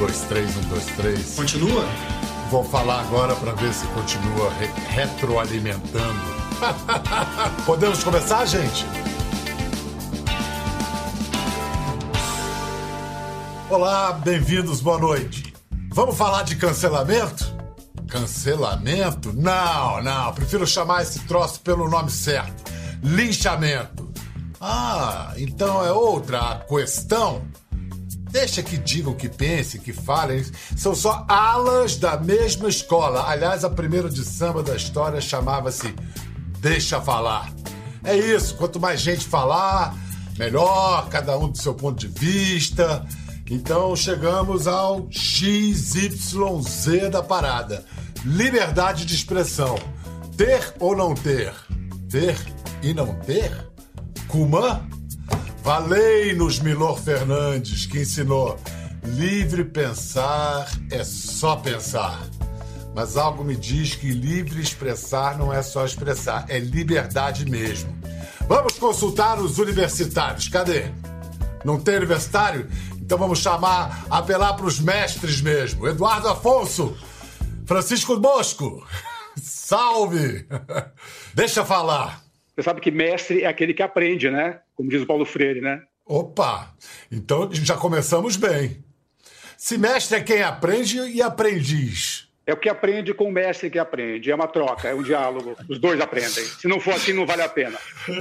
dois, três, um, dois, três. Continua? Vou falar agora para ver se continua retroalimentando. Podemos começar, gente? Olá, bem-vindos, boa noite. Vamos falar de cancelamento? Cancelamento? Não, prefiro chamar esse troço pelo nome certo. Linchamento. Ah, então é outra questão? Deixa que digam, que pensem, que falem. São só alas da mesma escola. Aliás, a primeira de samba da história chamava-se Deixa Falar. É isso, quanto mais gente falar, melhor, cada um do seu ponto de vista. Então chegamos ao XYZ da parada. Liberdade de expressão. Ter ou não ter? Ter e não ter? Cumã? Valei-nos Milor Fernandes, que ensinou: livre pensar é só pensar. Mas algo me diz que livre expressar não é só expressar, é liberdade mesmo. Vamos consultar os universitários. Cadê? Não tem universitário? Então vamos apelar para os mestres mesmo. Eduardo Afonso, Francisco Bosco, salve! Deixa falar. Você sabe que mestre é aquele que aprende, né? Como diz o Paulo Freire, né? Opa! Então já começamos bem. Se mestre é quem aprende e aprendiz. É o que aprende com o mestre que aprende. É uma troca, é um diálogo. Os dois aprendem. Se não for assim, não vale a pena.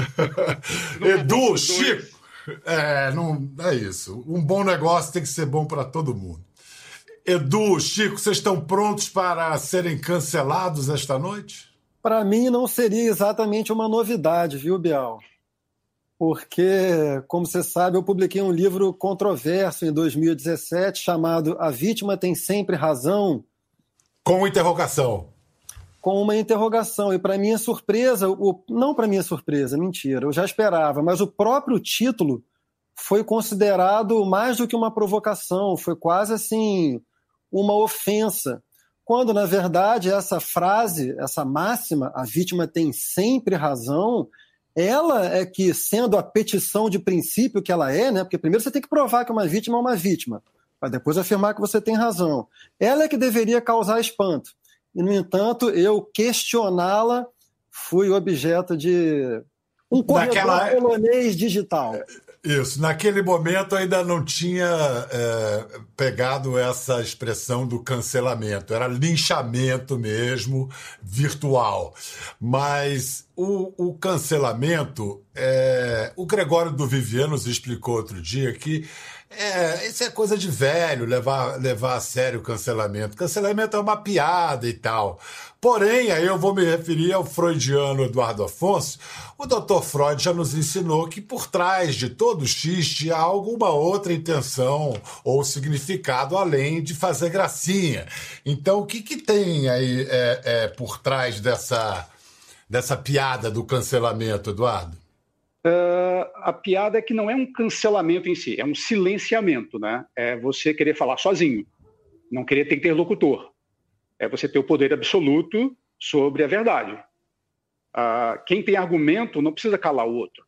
Edu, Chico. Não é isso. Um bom negócio tem que ser bom para todo mundo. Edu, Chico, vocês estão prontos para serem cancelados esta noite? Para mim não seria exatamente uma novidade, viu, Bial? Porque, como você sabe, eu publiquei um livro controverso em 2017 chamado A Vítima Tem Sempre Razão. Com interrogação. Com uma interrogação. E para minha surpresa, não para minha surpresa, mentira, eu já esperava, mas o próprio título foi considerado mais do que uma provocação, foi quase assim uma ofensa. Quando, na verdade, essa frase, essa máxima, a vítima tem sempre razão, ela é que, sendo a petição de princípio que ela é, né? Porque primeiro você tem que provar que uma vítima é uma vítima, para depois afirmar que você tem razão. Ela é que deveria causar espanto. E, no entanto, eu questioná-la fui objeto de um corredor polonês digital. Isso, naquele momento ainda não tinha pegado essa expressão do cancelamento, era linchamento mesmo, virtual. Mas o cancelamento, o Gregório do Vivier nos explicou outro dia que isso é coisa de velho, levar a sério o cancelamento. Cancelamento é uma piada e tal. Porém, aí eu vou me referir ao freudiano Eduardo Afonso. O Dr. Freud já nos ensinou que por trás de todo xiste há alguma outra intenção ou significado além de fazer gracinha. Então, o que tem aí por trás dessa piada do cancelamento, Eduardo? A piada é que não é um cancelamento em si, é um silenciamento, né? É você querer falar sozinho, não querer ter interlocutor. É você ter o poder absoluto sobre a verdade. Quem tem argumento não precisa calar o outro.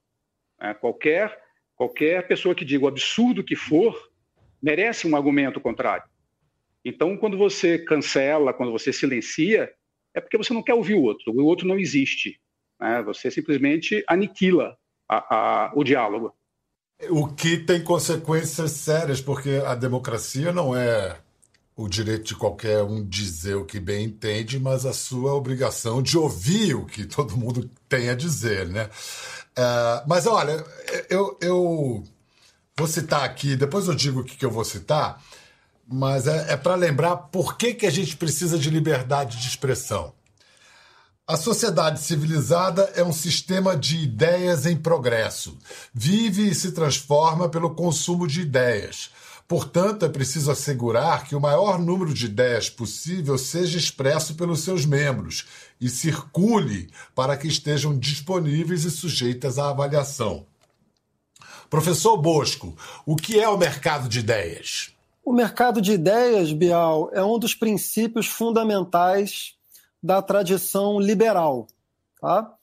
Qualquer pessoa que diga o absurdo que for, merece um argumento contrário. Então, quando você cancela, quando você silencia, é porque você não quer ouvir o outro não existe. Né? Você simplesmente aniquila o diálogo. O que tem consequências sérias, porque a democracia não é o direito de qualquer um dizer o que bem entende, mas a sua obrigação de ouvir o que todo mundo tem a dizer, né? Mas olha, eu vou citar aqui, depois eu digo o que eu vou citar, mas é para lembrar por que a gente precisa de liberdade de expressão. A sociedade civilizada é um sistema de ideias em progresso. Vive e se transforma pelo consumo de ideias. Portanto, é preciso assegurar que o maior número de ideias possível seja expresso pelos seus membros e circule para que estejam disponíveis e sujeitas à avaliação. Professor Bosco, o que é o mercado de ideias? O mercado de ideias, Bial, é um dos princípios fundamentais da tradição liberal. Tá?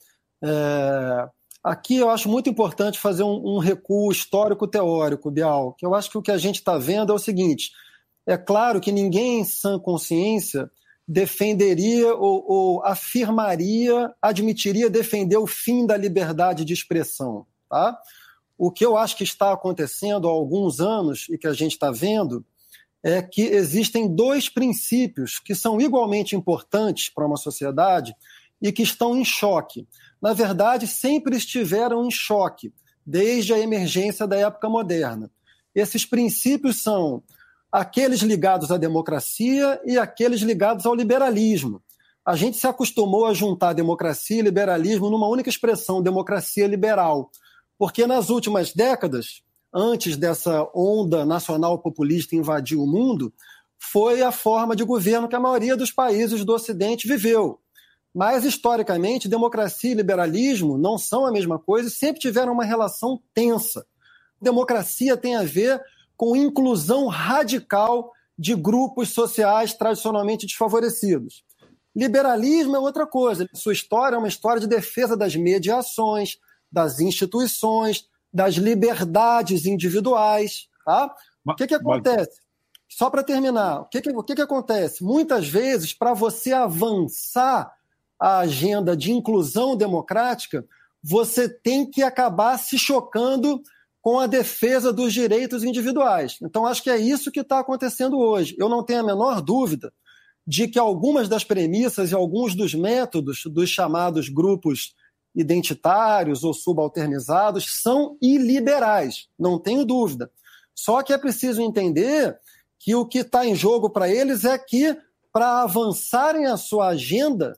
Aqui eu acho muito importante fazer um recuo histórico-teórico, Bial, que eu acho que o que a gente está vendo é o seguinte: é claro que ninguém em sã consciência defenderia ou afirmaria, admitiria defender o fim da liberdade de expressão. Tá? O que eu acho que está acontecendo há alguns anos e que a gente está vendo é que existem dois princípios que são igualmente importantes para uma sociedade e que estão em choque. Na verdade, sempre estiveram em choque, desde a emergência da época moderna. Esses princípios são aqueles ligados à democracia e aqueles ligados ao liberalismo. A gente se acostumou a juntar democracia e liberalismo numa única expressão, democracia liberal, porque nas últimas décadas, antes dessa onda nacional populista invadir o mundo, foi a forma de governo que a maioria dos países do Ocidente viveu. Mas, historicamente, democracia e liberalismo não são a mesma coisa e sempre tiveram uma relação tensa. Democracia tem a ver com inclusão radical de grupos sociais tradicionalmente desfavorecidos. Liberalismo é outra coisa. Sua história é uma história de defesa das mediações, das instituições, das liberdades individuais. Tá? O que acontece? Só para terminar, o que acontece? Muitas vezes, para você avançar a agenda de inclusão democrática, você tem que acabar se chocando com a defesa dos direitos individuais. Então, acho que é isso que está acontecendo hoje. Eu não tenho a menor dúvida de que algumas das premissas e alguns dos métodos dos chamados grupos identitários ou subalternizados são iliberais, não tenho dúvida. Só que é preciso entender que o que está em jogo para eles é que, para avançarem a sua agenda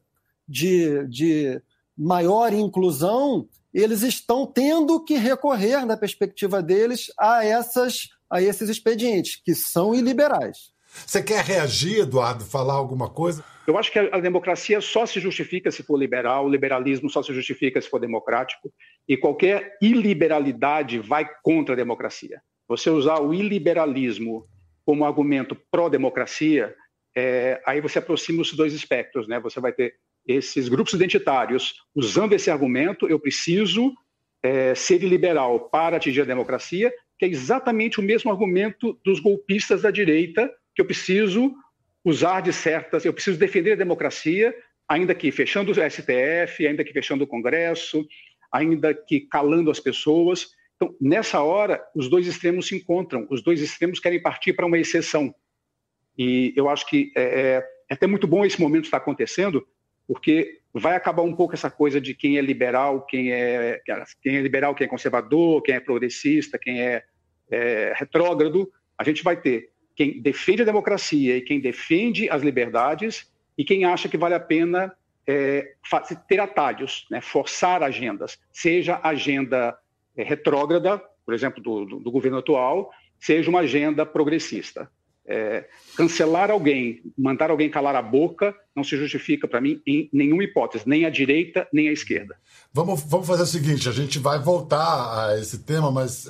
de maior inclusão, eles estão tendo que recorrer, na perspectiva deles, a esses expedientes, que são iliberais. Você quer reagir, Eduardo, falar alguma coisa? Eu acho que a democracia só se justifica se for liberal, o liberalismo só se justifica se for democrático, e qualquer iliberalidade vai contra a democracia. Você usar o iliberalismo como argumento pró-democracia, aí você aproxima os dois espectros, né? Você vai ter esses grupos identitários usando esse argumento, eu preciso ser liberal para atingir a democracia, que é exatamente o mesmo argumento dos golpistas da direita, que eu preciso usar eu preciso defender a democracia, ainda que fechando o STF, ainda que fechando o Congresso, ainda que calando as pessoas. Então, nessa hora, os dois extremos se encontram, os dois extremos querem partir para uma exceção. E eu acho que é até muito bom esse momento estar acontecendo, porque vai acabar um pouco essa coisa de quem é liberal, quem é liberal, quem é conservador, quem é progressista, quem é retrógrado. A gente vai ter quem defende a democracia e quem defende as liberdades e quem acha que vale a pena ter atalhos, né, forçar agendas, seja a agenda retrógrada, por exemplo, do governo atual, seja uma agenda progressista. Cancelar alguém, mandar alguém calar a boca, não se justifica para mim em nenhuma hipótese, nem a direita, nem a esquerda. Vamos fazer o seguinte, a gente vai voltar a esse tema, mas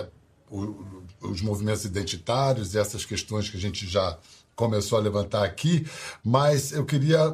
os movimentos identitários e essas questões que a gente já começou a levantar aqui, mas eu queria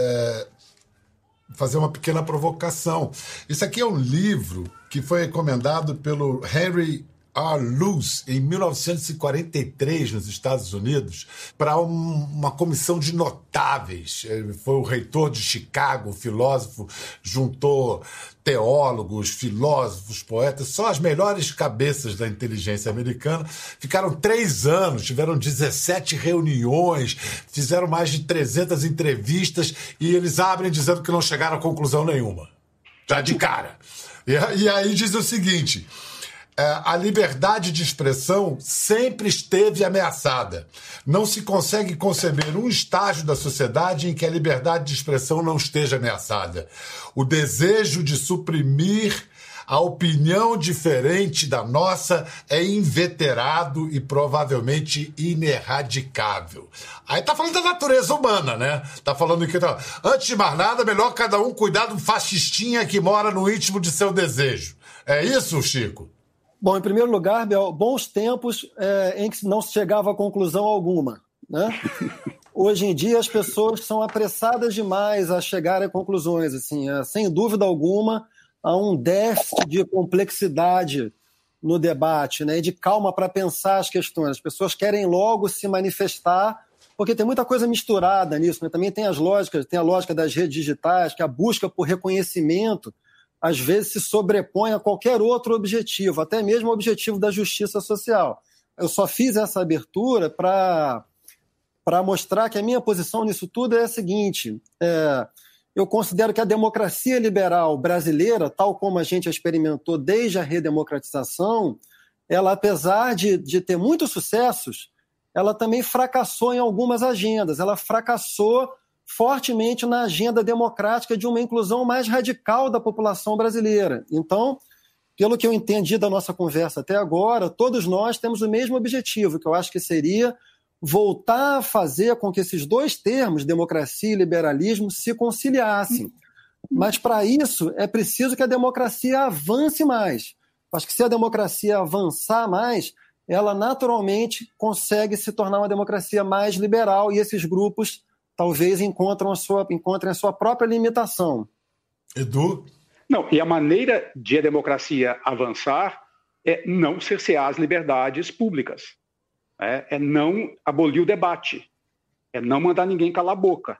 fazer uma pequena provocação. Isso aqui é um livro que foi encomendado pelo Henry R. Luce, em 1943, nos Estados Unidos, para uma comissão de notáveis. Ele foi o reitor de Chicago, filósofo, juntou teólogos, filósofos, poetas, só as melhores cabeças da inteligência americana. Ficaram 3 anos, tiveram 17 reuniões, fizeram mais de 300 entrevistas e eles abrem dizendo que não chegaram a conclusão nenhuma. Já de cara. E aí diz o seguinte: a liberdade de expressão sempre esteve ameaçada. Não se consegue conceber um estágio da sociedade em que a liberdade de expressão não esteja ameaçada. O desejo de suprimir a opinião diferente da nossa é inveterado e provavelmente ineradicável. Aí tá falando da natureza humana, né? Tá falando que, antes de mais nada, melhor cada um cuidar do fascistinha que mora no íntimo de seu desejo. É isso, Chico? Bom, em primeiro lugar, Bel, bons tempos em que não se chegava a conclusão alguma, né? Hoje em dia as pessoas são apressadas demais a chegar a conclusões, assim, sem dúvida alguma há um déficit de complexidade no debate, né, e de calma para pensar as questões. As pessoas querem logo se manifestar, porque tem muita coisa misturada nisso, né? Também tem a lógica das redes digitais, que a busca por reconhecimento às vezes se sobrepõe a qualquer outro objetivo, até mesmo o objetivo da justiça social. Eu só fiz essa abertura para mostrar que a minha posição nisso tudo é a seguinte: eu considero que a democracia liberal brasileira, tal como a gente a experimentou desde a redemocratização, ela, apesar de ter muitos sucessos, ela também fracassou em algumas agendas. Ela fracassou fortemente na agenda democrática de uma inclusão mais radical da população brasileira. Então, pelo que eu entendi da nossa conversa até agora, todos nós temos o mesmo objetivo, que eu acho que seria voltar a fazer com que esses dois termos, democracia e liberalismo, se conciliassem. Mas, para isso, é preciso que a democracia avance mais. Acho que se a democracia avançar mais, ela naturalmente consegue se tornar uma democracia mais liberal, e esses grupos talvez encontrem a sua própria limitação. Edu? Não, e a maneira de a democracia avançar é não cercear as liberdades públicas, é não abolir o debate, é não mandar ninguém calar a boca.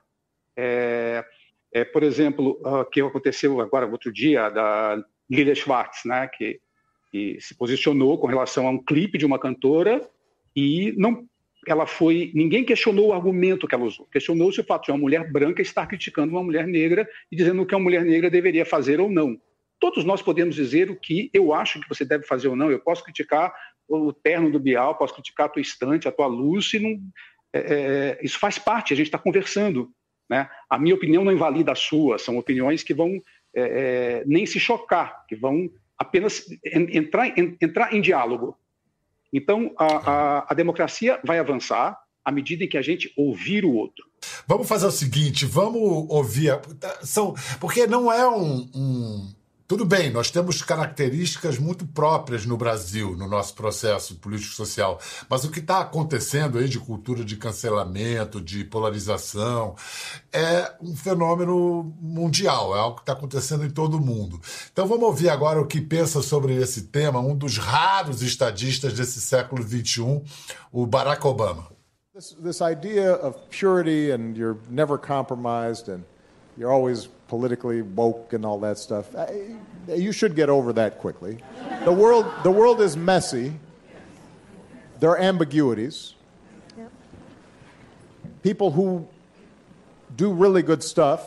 Por exemplo, o que aconteceu agora, outro dia, da Lilia Schwartz, né, que se posicionou com relação a um clipe de uma cantora e ninguém questionou o argumento que ela usou. Questionou-se o fato de uma mulher branca estar criticando uma mulher negra e dizendo o que uma mulher negra deveria fazer ou não. Todos nós podemos dizer o que eu acho que você deve fazer ou não. Eu posso criticar o terno do Bial, posso criticar a tua estante, a tua luz, isso faz parte, a gente está conversando, né? A minha opinião não invalida a sua, são opiniões que vão nem se chocar, que vão apenas entrar em diálogo. Então, a democracia vai avançar à medida em que a gente ouvir o outro. Vamos fazer o seguinte, vamos ouvir... Porque não é Tudo bem, nós temos características muito próprias no Brasil, no nosso processo político-social, mas o que está acontecendo aí de cultura de cancelamento, de polarização, é um fenômeno mundial, é algo que está acontecendo em todo o mundo. Então vamos ouvir agora o que pensa sobre esse tema um dos raros estadistas desse século XXI, o Barack Obama. This idea of purity and you're never compromised and you're always politically woke and all that stuff. You should get over that quickly. The world is messy. There are ambiguities. Yep. People who do really good stuff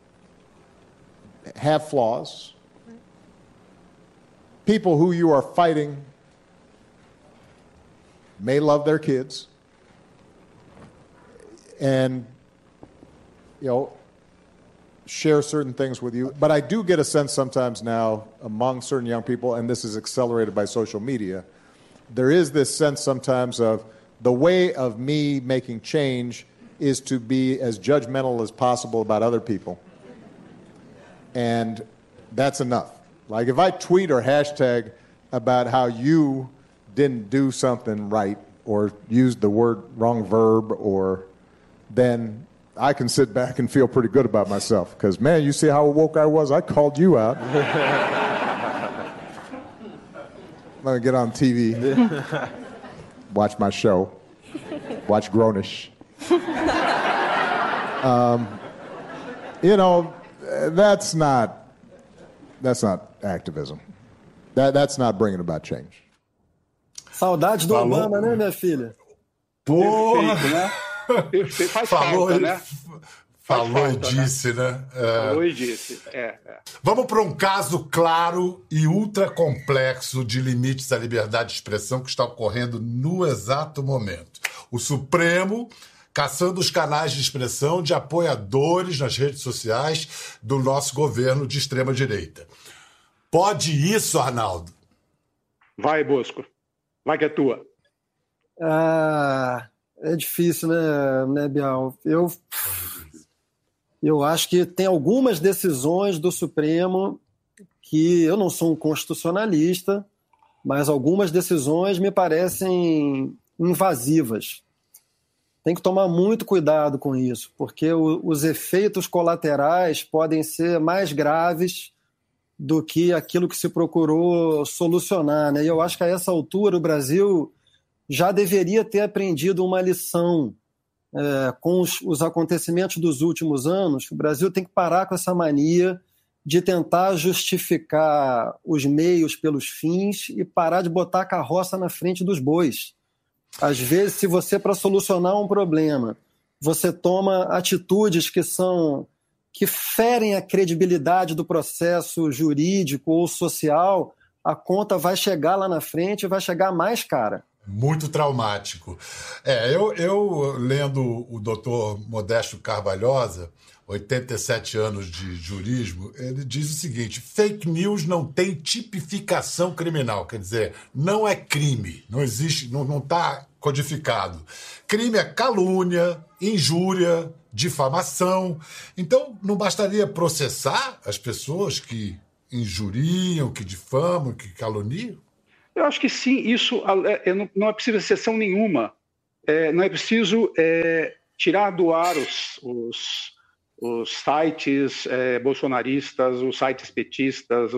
have flaws. Right. People who you are fighting may love their kids. And, share certain things with you. But I do get a sense sometimes now among certain young people, and this is accelerated by social media, there is this sense sometimes of the way of me making change is to be as judgmental as possible about other people. And that's enough. Like if I tweet or hashtag about how you didn't do something right or used the wrong verb, or then I can sit back and feel pretty good about myself because, man, you see how woke I was? I called you out. I'm going to get on TV, watch my show, watch Grownish. That's not activism. That's not bringing about change. Saudades do Obama, né, minha filha? Porra! Perfeito, né? Perfeito. Faz falta, né? Falou e disse, né? Falou e disse. Vamos para um caso claro e ultra complexo de limites à liberdade de expressão que está ocorrendo no exato momento. O Supremo caçando os canais de expressão de apoiadores nas redes sociais do nosso governo de extrema-direita. Pode isso, Arnaldo? Vai, Bosco. Vai que é tua. É difícil, né, Bial? Eu acho que tem algumas decisões do Supremo que eu não sou um constitucionalista, mas algumas decisões me parecem invasivas. Tem que tomar muito cuidado com isso, porque os efeitos colaterais podem ser mais graves do que aquilo que se procurou solucionar, né? E eu acho que a essa altura o Brasil já deveria ter aprendido uma lição com os acontecimentos dos últimos anos. O Brasil tem que parar com essa mania de tentar justificar os meios pelos fins e parar de botar a carroça na frente dos bois. Às vezes, se você, para solucionar um problema, você toma atitudes que ferem a credibilidade do processo jurídico ou social, a conta vai chegar lá na frente e vai chegar mais cara. Muito traumático. Eu lendo o doutor Modesto Carvalhosa, 87 anos de jurismo, ele diz o seguinte: fake news não tem tipificação criminal, quer dizer, não é crime, não existe, não está codificado. Crime é calúnia, injúria, difamação. Então, não bastaria processar as pessoas que injuriam, que difamam, que caluniam? Eu acho que sim, isso não é preciso exceção nenhuma. Não é preciso tirar do ar os sites bolsonaristas, os sites petistas,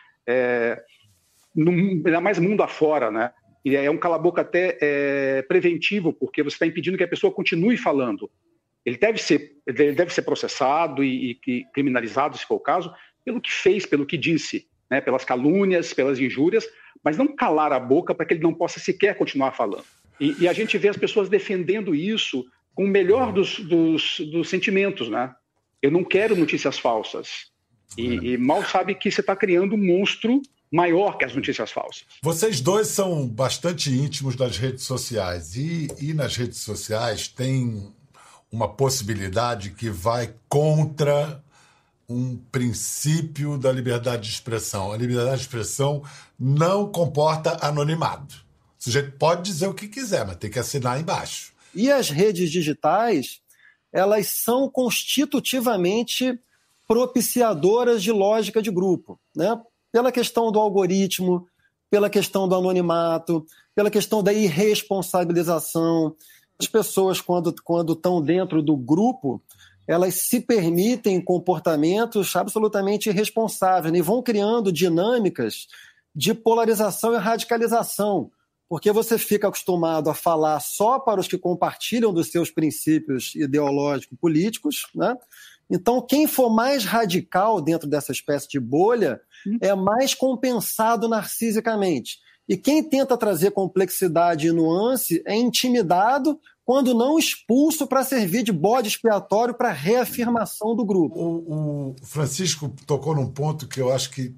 ainda mais mundo afora, né? E é um cala-boca até preventivo, porque você está impedindo que a pessoa continue falando. Ele deve ser processado e criminalizado, se for o caso, pelo que fez, pelo que disse, né? Pelas calúnias, pelas injúrias, mas não calar a boca para que ele não possa sequer continuar falando. E a gente vê as pessoas defendendo isso com o melhor dos sentimentos, né? Eu não quero notícias falsas. E mal sabe que você está criando um monstro maior que as notícias falsas. Vocês dois são bastante íntimos das redes sociais. E nas redes sociais tem uma possibilidade que vai contra um princípio da liberdade de expressão. A liberdade de expressão não comporta anonimato. O sujeito pode dizer o que quiser, mas tem que assinar embaixo. E as redes digitais, elas são constitutivamente propiciadoras de lógica de grupo, né? Pela questão do algoritmo, pela questão do anonimato, pela questão da irresponsabilização. As pessoas, quando estão dentro do grupo, elas se permitem comportamentos absolutamente irresponsáveis, né? E vão criando dinâmicas de polarização e radicalização, porque você fica acostumado a falar só para os que compartilham dos seus princípios ideológicos políticos, né? Então, quem for mais radical dentro dessa espécie de bolha é mais compensado narcisicamente. E quem tenta trazer complexidade e nuance é intimidado, quando não expulso, para servir de bode expiatório para reafirmação do grupo. O Francisco tocou num ponto que eu acho que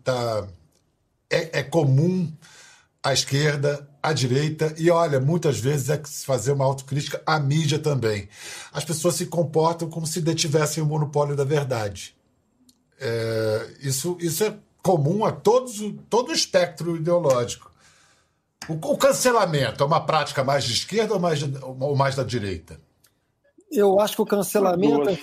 é comum à esquerda, à direita, e olha, muitas vezes é que se fazer uma autocrítica à mídia também. As pessoas se comportam como se detivessem o monopólio da verdade. Isso é comum a todo o espectro ideológico. O cancelamento é uma prática mais de esquerda ou mais da direita? Eu acho que o cancelamento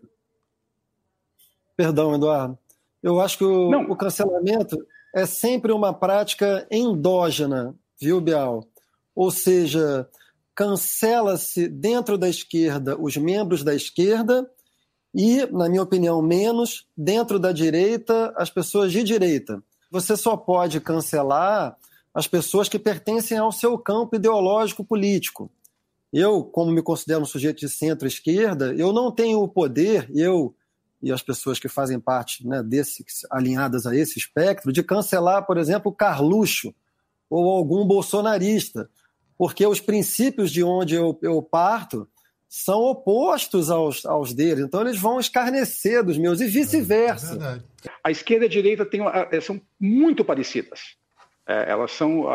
Perdão, Eduardo. Eu acho que o cancelamento é sempre uma prática endógena, viu, Bial? Ou seja, cancela-se dentro da esquerda os membros da esquerda e, na minha opinião, menos dentro da direita as pessoas de direita. Você só pode cancelar as pessoas que pertencem ao seu campo ideológico político. Eu, como me considero um sujeito de centro-esquerda, eu não tenho o poder, eu e as pessoas que fazem parte, né, alinhadas a esse espectro, de cancelar, por exemplo, o Carluxo ou algum bolsonarista, porque os princípios de onde eu parto são opostos aos deles, então eles vão escarnecer dos meus e vice-versa. A esquerda e a direita são muito parecidas. Elas são...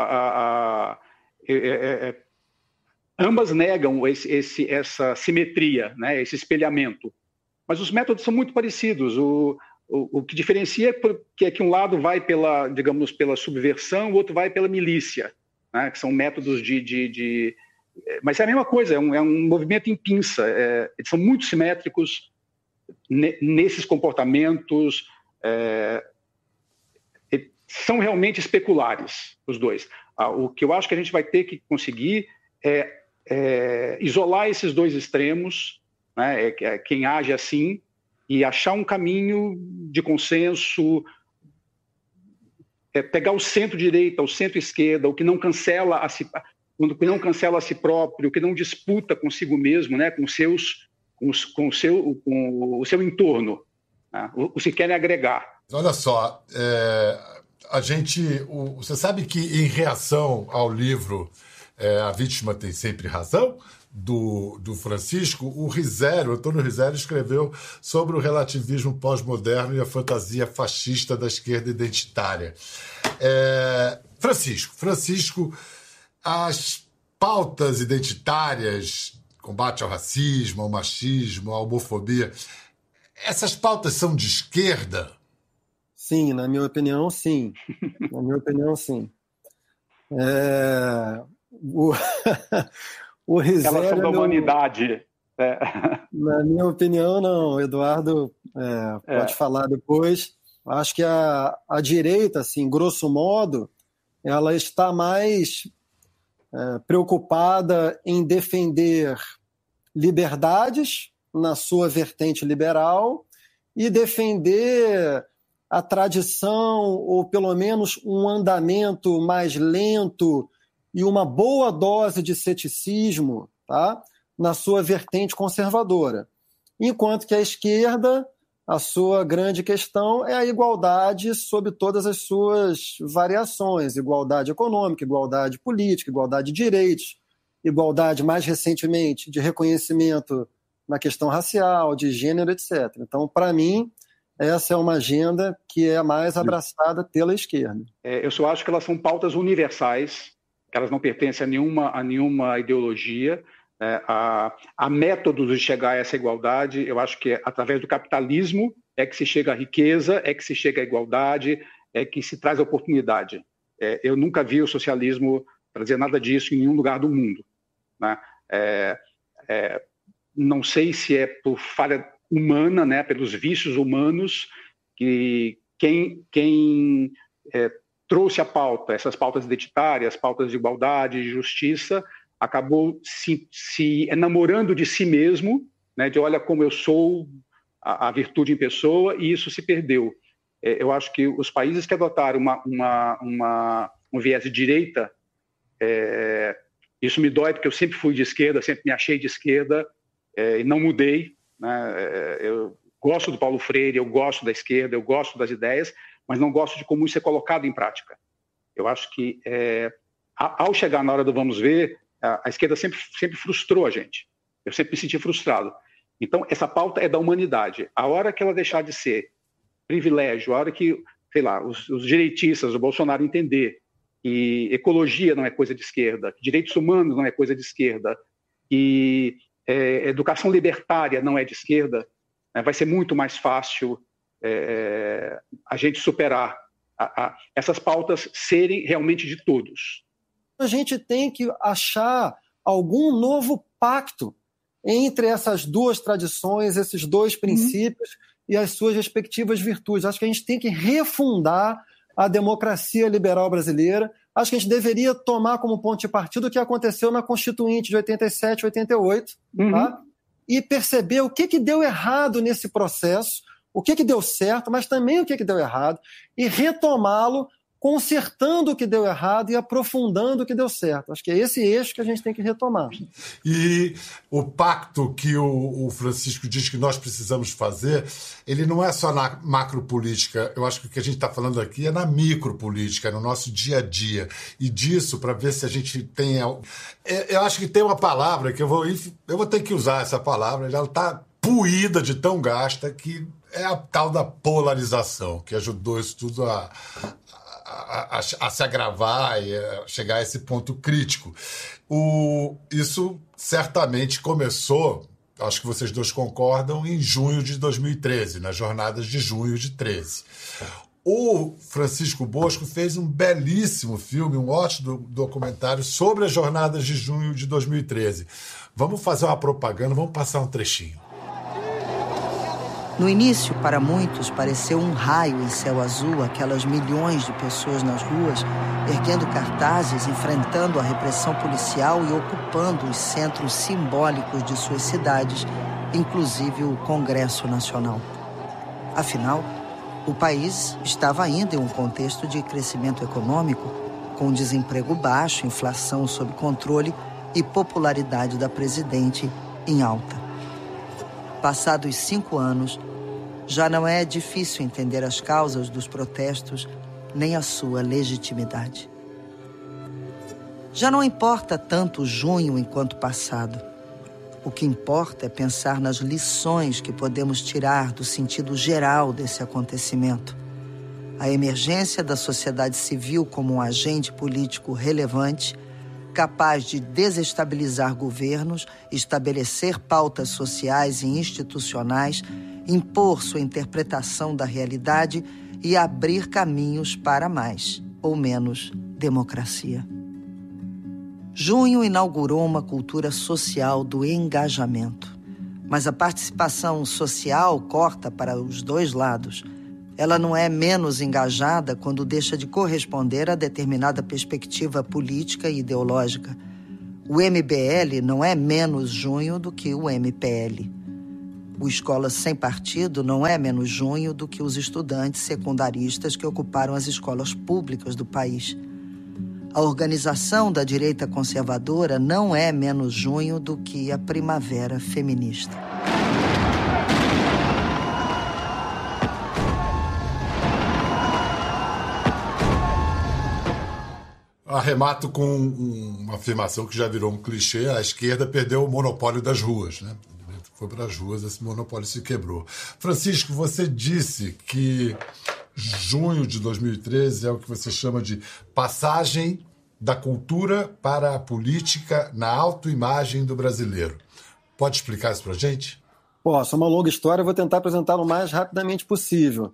ambas negam essa simetria, né, esse espelhamento. Mas os métodos são muito parecidos. O que diferencia é que um lado vai pela subversão, o outro vai pela milícia, né, que são métodos mas é a mesma coisa, é um movimento em pinça. Eles são muito simétricos nesses comportamentos, são realmente especulares, os dois. O que eu acho que a gente vai ter que conseguir é isolar esses dois extremos, né, quem age assim, e achar um caminho de consenso pegar o centro-direita, o centro-esquerda, o que não cancela a si próprio, o que não disputa consigo mesmo, né, com o seu entorno, né, os que querem agregar. Olha só, você sabe que em reação ao livro A Vítima Tem Sempre Razão, do Francisco, o Antônio Risério escreveu sobre o relativismo pós-moderno e a fantasia fascista da esquerda identitária. Francisco, as pautas identitárias, combate ao racismo, ao machismo, à homofobia, essas pautas são de esquerda? Sim, na minha opinião, sim. Na minha opinião, sim. O Risério, elas são da humanidade. Na minha opinião, não. O Eduardo pode falar depois. Acho que a direita, assim, grosso modo, ela está mais preocupada em defender liberdades na sua vertente liberal e defender a tradição, ou pelo menos um andamento mais lento e uma boa dose de ceticismo, tá? Na sua vertente conservadora. Enquanto que a esquerda, a sua grande questão é a igualdade sob todas as suas variações, igualdade econômica, igualdade política, igualdade de direitos, igualdade, mais recentemente, de reconhecimento na questão racial, de gênero, etc. Então, para mim, essa é uma agenda que é mais abraçada pela esquerda. Eu só acho que elas são pautas universais, que elas não pertencem a nenhuma ideologia. Há métodos de chegar a essa igualdade. Eu acho que através do capitalismo é que se chega à riqueza, é que se chega à igualdade, é que se traz a oportunidade. Eu nunca vi o socialismo trazer nada disso em nenhum lugar do mundo, né? Não sei se é por falha humana, né, pelos vícios humanos, que quem trouxe a pauta, essas pautas identitárias, pautas de igualdade, de justiça, acabou se enamorando de si mesmo, né, de olha como eu sou, a virtude em pessoa, e isso se perdeu. Eu acho que os países que adotaram um viés de direita, isso me dói, porque eu sempre fui de esquerda, sempre me achei de esquerda, e não mudei, né? Eu gosto do Paulo Freire, eu gosto da esquerda, eu gosto das ideias, mas não gosto de como isso é colocado em prática. Eu acho que, ao chegar na hora do vamos ver, a esquerda sempre frustrou a gente. Eu sempre me senti frustrado. Então, essa pauta é da humanidade. A hora que ela deixar de ser privilégio, a hora que, sei lá, os direitistas, o Bolsonaro entender que ecologia não é coisa de esquerda, que direitos humanos não é coisa de esquerda, que educação libertária não é de esquerda, vai ser muito mais fácil a gente superar essas pautas serem realmente de todos. A gente tem que achar algum novo pacto entre essas duas tradições, esses dois princípios e as suas respectivas virtudes. Acho que a gente tem que refundar a democracia liberal brasileira. Acho que a gente deveria tomar como ponto de partida o que aconteceu na Constituinte de 87, 88, tá? E perceber o que deu errado nesse processo, o que deu certo, mas também o que deu errado, e retomá-lo consertando o que deu errado e aprofundando o que deu certo. Acho que é esse eixo que a gente tem que retomar. E o pacto que o Francisco diz que nós precisamos fazer, ele não é só na macropolítica. Eu acho que o que a gente está falando aqui é na micropolítica, no nosso dia a dia. E disso, para ver se a gente tem... Eu acho que tem uma palavra que eu vou ter que usar essa palavra, ela está puída de tão gasta, que é a tal da polarização, que ajudou isso tudo a se agravar e a chegar a esse ponto crítico. Isso certamente começou, acho que vocês dois concordam, em junho de 2013, nas jornadas de junho de 13. O Francisco Bosco fez um belíssimo filme, um ótimo documentário sobre as jornadas de junho de 2013. Vamos fazer uma propaganda, vamos passar um trechinho. No início, para muitos, pareceu um raio em céu azul, aquelas milhões de pessoas nas ruas, erguendo cartazes, enfrentando a repressão policial e ocupando os centros simbólicos de suas cidades, inclusive o Congresso Nacional. Afinal, O país estava ainda em um contexto de crescimento econômico, com desemprego baixo, inflação sob controle e popularidade da presidente em alta. Passados 5 anos, já não é difícil entender as causas dos protestos nem a sua legitimidade. Já não importa tanto junho enquanto passado. O que importa é pensar nas lições que podemos tirar do sentido geral desse acontecimento. A emergência da sociedade civil como um agente político relevante, capaz de desestabilizar governos, estabelecer pautas sociais e institucionais, impor sua interpretação da realidade e abrir caminhos para mais ou menos democracia. Junho inaugurou uma cultura social do engajamento. Mas a participação social corta para os dois lados. Ela não é menos engajada quando deixa de corresponder a determinada perspectiva política e ideológica. O MBL não é menos junho do que o MPL. O Escola Sem Partido não é menos junho do que os estudantes secundaristas que ocuparam as escolas públicas do país. A organização da direita conservadora não é menos junho do que a primavera feminista. Arremato com uma afirmação que já virou um clichê: a esquerda perdeu o monopólio das ruas, né? Foi para as ruas, esse monopólio se quebrou. Francisco, você disse que junho de 2013 é o que você chama de passagem da cultura para a política na autoimagem do brasileiro. Pode explicar isso para a gente? Posso, é uma longa história, eu vou tentar apresentá-la o mais rapidamente possível.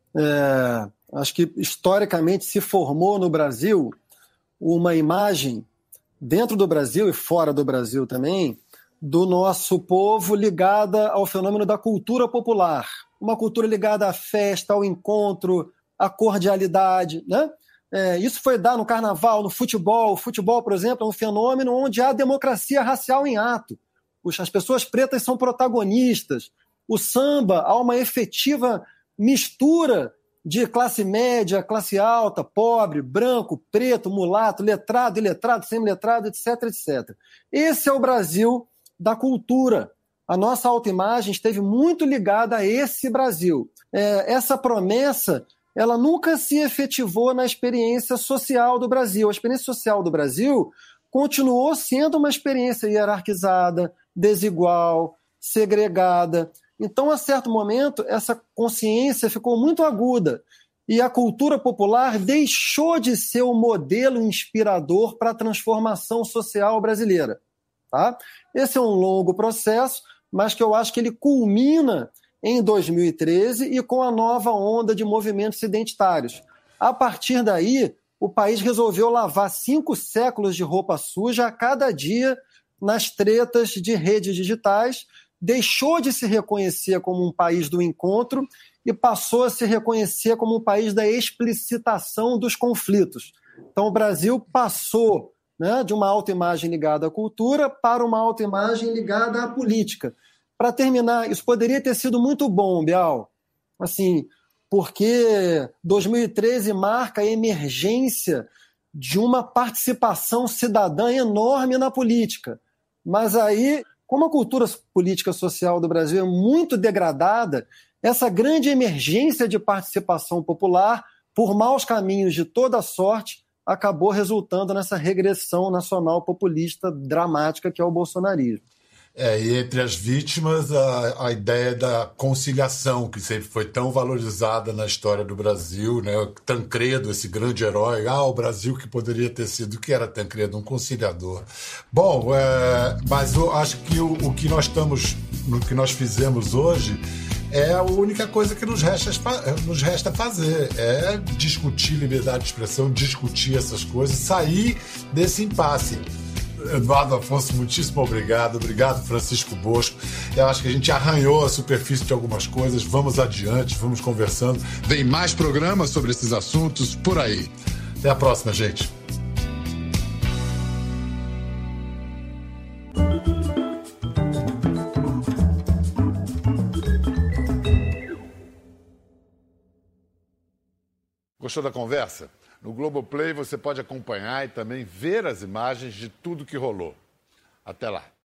Acho que historicamente se formou no Brasil uma imagem, dentro do Brasil e fora do Brasil também, do nosso povo ligada ao fenômeno da cultura popular. Uma cultura ligada à festa, ao encontro, à cordialidade, né? Isso foi dado no carnaval, no futebol. O futebol, por exemplo, é um fenômeno onde há democracia racial em ato. As pessoas pretas são protagonistas. O samba, há uma efetiva mistura de classe média, classe alta, pobre, branco, preto, mulato, letrado, iletrado, semi-letrado, etc, etc. Esse é o Brasil da cultura. A nossa autoimagem esteve muito ligada a esse Brasil. Essa promessa, ela nunca se efetivou na experiência social do Brasil. A experiência social do Brasil continuou sendo uma experiência hierarquizada, desigual, segregada. Então, a certo momento, essa consciência ficou muito aguda e a cultura popular deixou de ser o modelo inspirador para a transformação social brasileira. Tá? Esse é um longo processo, mas que eu acho que ele culmina em 2013 e com a nova onda de movimentos identitários. A partir daí, o país resolveu lavar 5 séculos de roupa suja a cada dia nas tretas de redes digitais, deixou de se reconhecer como um país do encontro e passou a se reconhecer como um país da explicitação dos conflitos. Então, o Brasil passou, né, de uma autoimagem ligada à cultura para uma autoimagem ligada à política. Para terminar, isso poderia ter sido muito bom, Bial, assim, porque 2013 marca a emergência de uma participação cidadã enorme na política. Mas aí, como a cultura política social do Brasil é muito degradada, essa grande emergência de participação popular, por maus caminhos de toda sorte, acabou resultando nessa regressão nacional populista dramática que é o bolsonarismo. E entre as vítimas, a ideia da conciliação, que sempre foi tão valorizada na história do Brasil, né? Tancredo, esse grande herói, o Brasil que poderia ter sido, o que era Tancredo? Um conciliador. Bom, mas eu acho que o que nós fizemos hoje é a única coisa que nos resta fazer, é discutir liberdade de expressão, discutir essas coisas, sair desse impasse. Eduardo Afonso, muitíssimo obrigado. Obrigado, Francisco Bosco. Eu acho que a gente arranhou a superfície de algumas coisas. Vamos adiante, vamos conversando. Vem mais programas sobre esses assuntos por aí. Até a próxima, gente. Gostou da conversa? No Globoplay você pode acompanhar e também ver as imagens de tudo que rolou. Até lá.